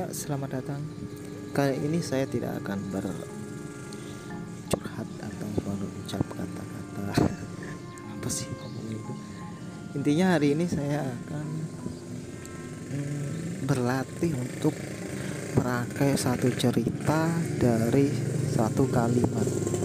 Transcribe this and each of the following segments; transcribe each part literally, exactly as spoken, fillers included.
Ya, selamat datang. Kali ini saya tidak akan bercurhat atau berucap kata-kata apa sih ngomong itu. Intinya hari ini saya akan hmm, berlatih untuk merangkai satu cerita dari satu kalimat.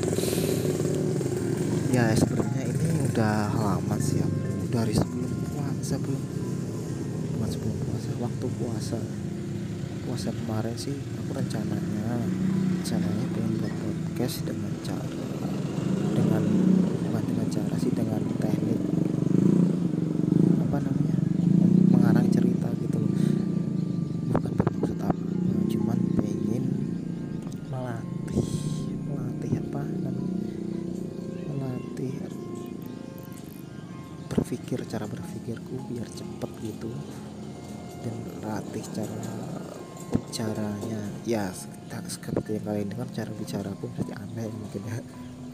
Ya, sebenarnya ini udah lama sih, dari sebelum puasa, belum bukan sebelum puasa, waktu puasa. Puasa kemarin sih aku rencananya rencananya pengen buat podcast dengan cara dengan bukan dengan cara sih dengan teknik apa namanya mengarang cerita gitu loh, bukan bermaksud apa-apa, cuman pengen melatih melatih apa namanya melatih berpikir, cara berpikirku biar cepet gitu, dan melatih cara caranya ya seperti yang kalian dengar, cara bicaraku pasti aneh mungkin ya,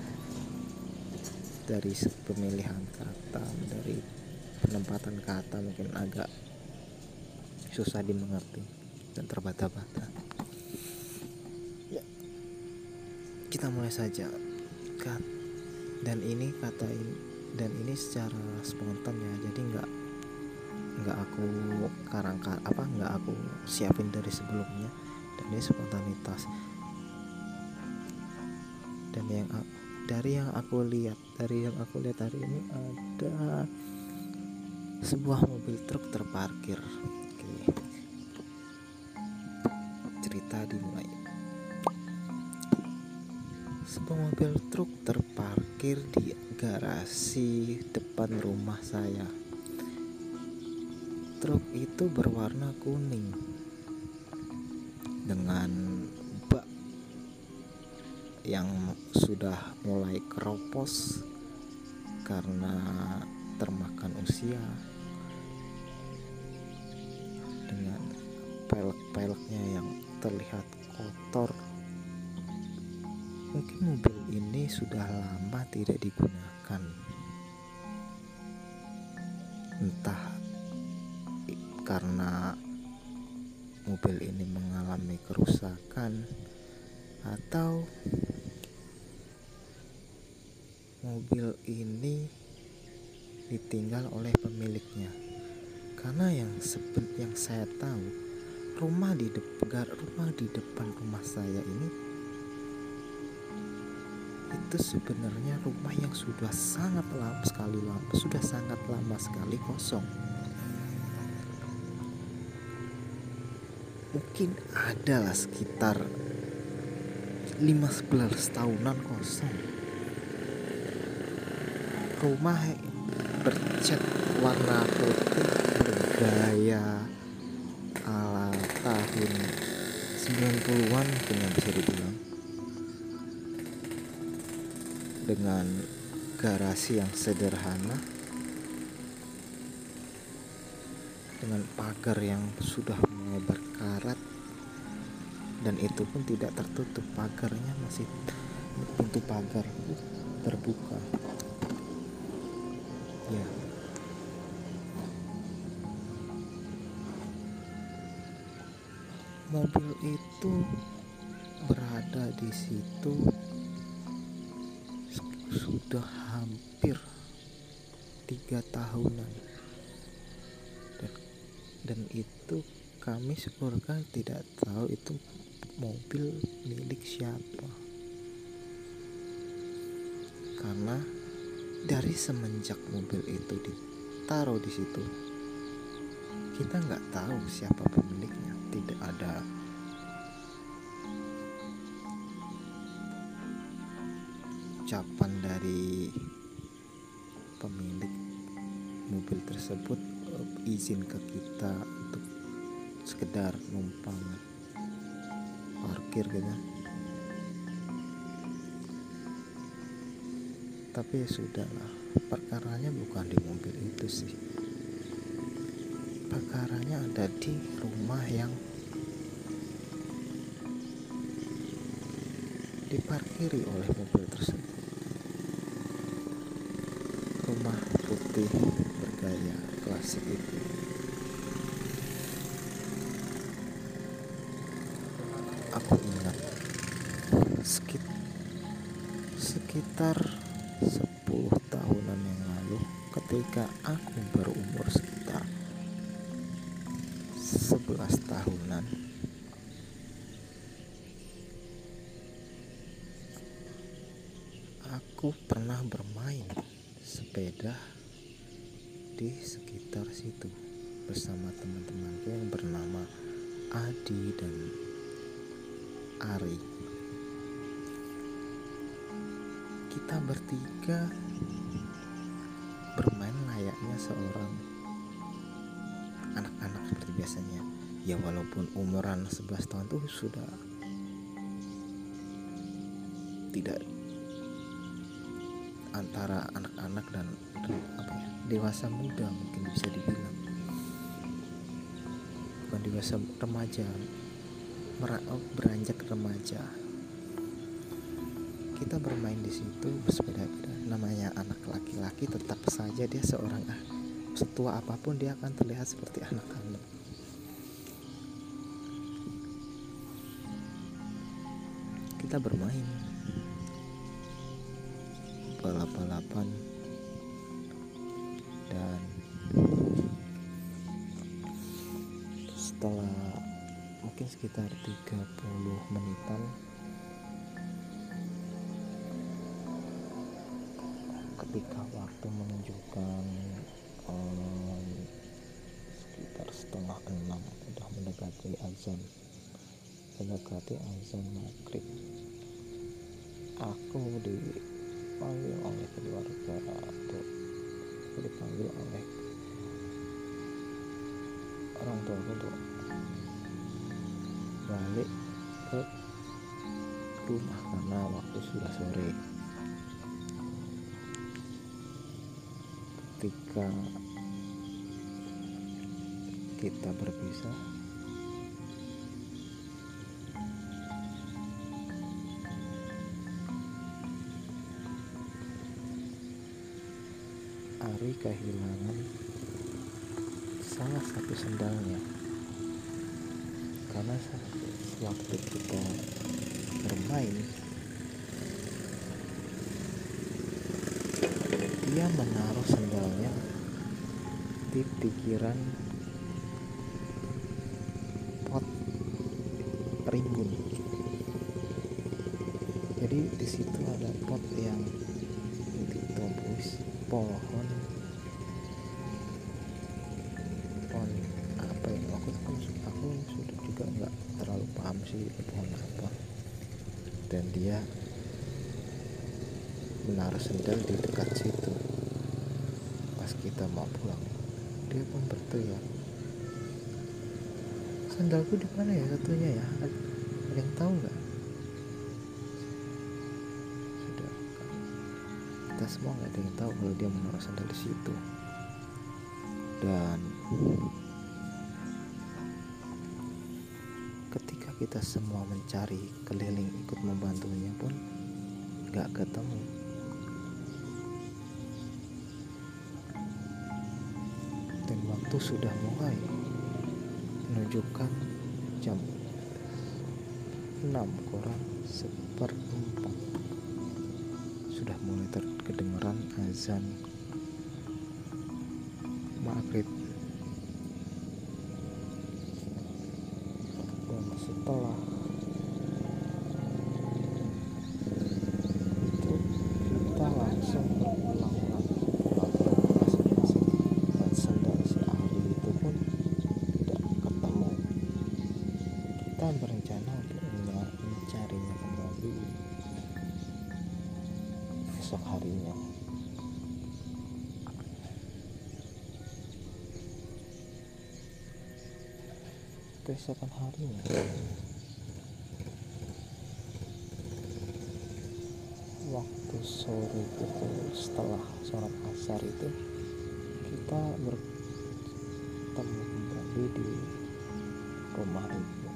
dari pemilihan kata, dari penempatan kata mungkin agak susah dimengerti dan terbata-bata. Ya, kita mulai saja. Kat dan ini kata ini dan ini secara spontan ya, jadi nggak nggak aku karang apa nggak aku siapin dari sebelumnya, dan ini spontanitas. Dan yang dari yang aku lihat dari yang aku lihat hari ini ada sebuah mobil truk terparkir. Oke, cerita dimulai. Sebuah mobil truk terparkir di garasi depan rumah saya. Truk itu berwarna kuning dengan bak yang sudah mulai keropos karena termakan usia, dengan pelek-peleknya yang terlihat kotor. Mungkin mobil ini sudah lama tidak digunakan, entah karena mobil ini mengalami kerusakan atau mobil ini ditinggal oleh pemiliknya. Karena yang seben yang saya tahu, rumah di depan rumah di depan rumah saya ini itu sebenarnya rumah yang sudah sangat lama sekali lama sudah sangat lama sekali kosong. Mungkin adalah sekitar lima belas tahunan kosong. Rumah bercat warna putih bergaya ala tahun sembilan puluhan mungkin yang bisa dibilang, dengan garasi yang sederhana, dengan pagar yang sudah mulai berkarat, dan itu pun tidak tertutup, pagarnya masih, pintu pagar terbuka. Ya, mobil itu berada di situ sudah hampir tiga tahunan, dan, dan itu kami sekeluarga tidak tahu itu mobil milik siapa, karena dari semenjak mobil itu ditaruh di situ kita nggak tahu siapa pemiliknya. Tidak ada ucapan dari pemilik mobil tersebut izin ke kita untuk sekedar numpang parkir gitu. Tapi ya sudahlah, perkaranya bukan di mobil itu sih, perkaranya ada di rumah yang diparkiri oleh mobil tersebut. Rumah putih bergaya klasik itu. sekitar sepuluh tahunan yang lalu, ketika aku berumur sekitar sebelas tahunan, aku pernah bermain sepeda di sekitar situ bersama teman-temanku yang bernama Adi dan Ari. Kita bertiga bermain layaknya seorang anak-anak seperti biasanya. Ya walaupun umuran sebelas tahun tuh sudah tidak antara anak-anak dan, dan apa ya, dewasa muda mungkin bisa dibilang. Bukan dewasa, remaja, meraup beranjak remaja. Kita bermain di situ bersepeda-peda. Namanya anak laki-laki, tetap saja dia seorang ah, setua apapun dia akan terlihat seperti anak-anak. Kita bermain balap-balapan dan setelah mungkin sekitar tiga puluh menitan ketika waktu menunjukkan um, sekitar setengah enam, sudah mendekati azan mendekati azan maghrib, aku dipanggil oleh keluarga atau aku dipanggil oleh orang tua untuk balik ke rumah karena waktu sudah sore. Ketika kita berpisah, Ari kehilangan salah satu sendalnya karena waktu kita bermain dia menaruh sendalnya di pikiran pot rimbun. Jadi di situ ada pot yang ditembus pohon pohon apa ya, aku aku, aku sudah juga nggak terlalu paham sih pohon apa, dan dia menaruh sendal di dekat situ. Pas kita mau pulang, dia pun berteriak, sendalku di mana ya satunya ya, ada yang tahu nggak? Sudah, kita semua nggak ada yang tahu kalau dia menaruh sendal di situ. Dan ketika kita semua mencari keliling ikut membantunya pun nggak ketemu. Dan waktu sudah mulai menunjukkan jam enam kurang seperempat, sudah mulai terkedengaran azan maghrib. Dan setelah itu kita langsung berulang lagi pulang ke masing-masing, dan sendal si Ari itu pun tidak ketemu. Kita berencana untuk mencarinya kembali esok harinya. Keesokan harinya waktu sore itu, setelah sholat asar itu, kita bertemu kembali di rumah ibu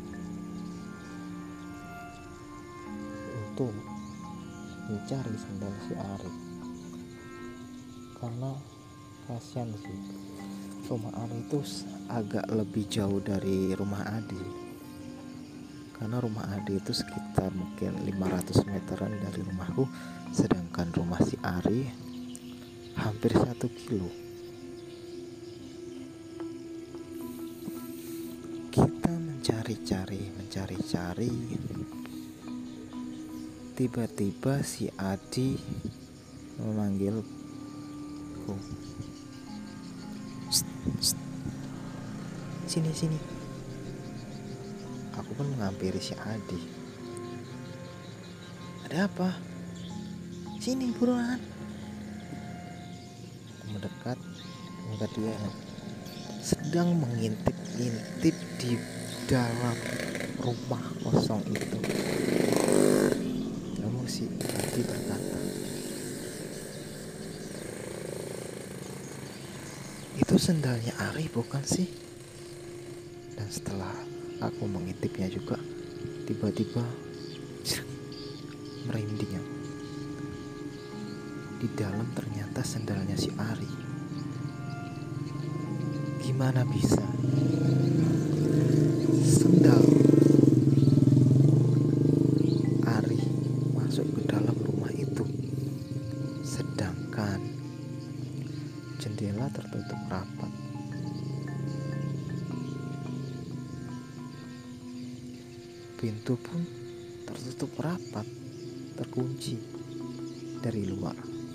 untuk mencari sendal si Ari, karena kasihan sih, rumah Ari itu agak lebih jauh dari rumah Adi, karena rumah Adi itu sekitar mungkin lima ratus meteran dari rumahku, sedangkan rumah si Ari hampir satu kilo. Kita mencari-cari mencari-cari tiba-tiba si Adi memanggilku, "Shh, shh. Sini sini." Aku pun menghampiri si Adi. "Ada apa? Sini buruan." Aku mendekat, melihat dia sedang mengintip-intip di dalam rumah kosong itu. Lalu si Adi berkata, "Itu sendalnya Ari bukan sih?" Dan setelah aku mengintipnya juga, tiba-tiba merinding. Di dalam ternyata sendalnya si Ari. Gimana bisa sendal Ari masuk ke dalam rumah itu, sedangkan jendela tertutup rapat. Pintu pun tertutup rapat, terkunci dari luar.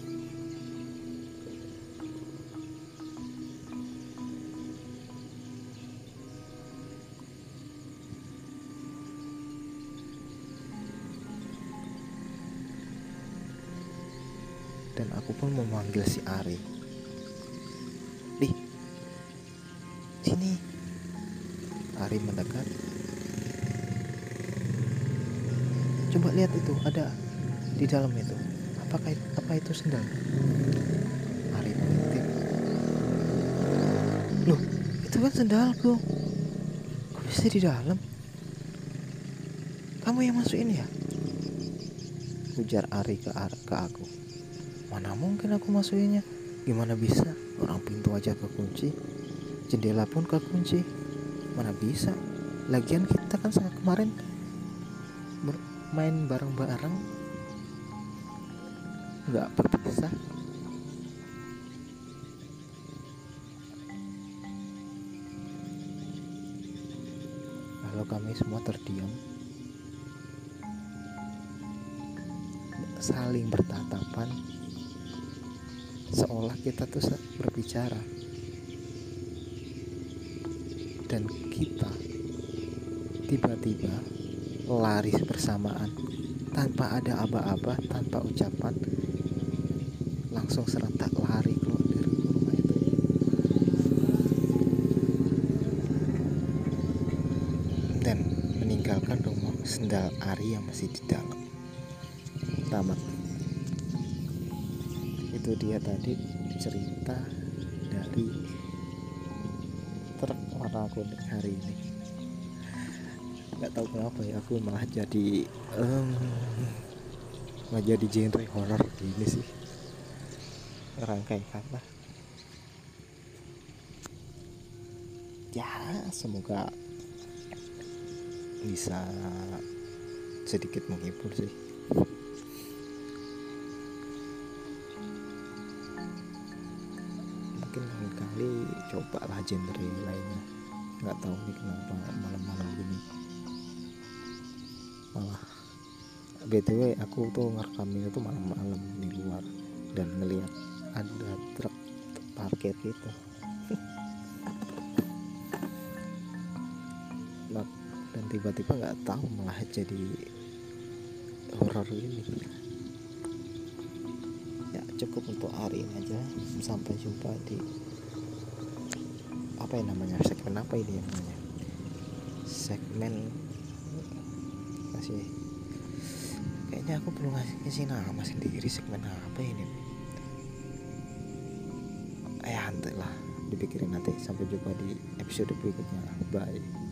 Dan aku pun memanggil si Ari. "Di, sini." Ari mendekat. "Coba lihat itu, ada di dalam itu. Apakah apa itu sendal?" Ari mengintip. "Loh, itu kan sendalku. Kok bisa di dalam? Kamu yang masukin ya?" Ujar Ari ke, ke aku. "Mana mungkin aku masukinnya? Gimana bisa? Orang pintu aja kekunci, jendela pun kekunci. Mana bisa? Lagian kita kan saat kemarin main bareng-bareng, nggak berpisah." Lalu kami semua terdiam, saling bertatapan, seolah kita tuh berbicara. Dan kita tiba-tiba lari bersamaan, tanpa ada aba-aba, tanpa ucapan, langsung serentak lari keluar dari rumah itu. Dan meninggalkan rumah sendal Ari yang masih di dalam. Tamat. Itu dia tadi cerita dari truk warna kuning hari ini. Nggak tahu kenapa ya, aku malah jadi um, malah jadi genre horror gini sih, rangkai kata. Ya semoga bisa sedikit menghibur sih. Mungkin lain kali cobalah genre lainnya. Nggak tahu nih kenapa malam-malam gini malah. B T W aku tuh ngerekamin itu malam-malam di luar dan ngelihat ada truk parkir gitu. Dan tiba-tiba nggak tahu malah jadi horor ini. Ya cukup untuk hari ini aja. Sampai jumpa di apa yang namanya segmen apa ini yang namanya segmen masih kayaknya aku belum ngasih ngasih nama sendiri. Segmen apa ini? Eh nanti lah dipikirin nanti. Sampai jumpa di episode berikutnya. Bye.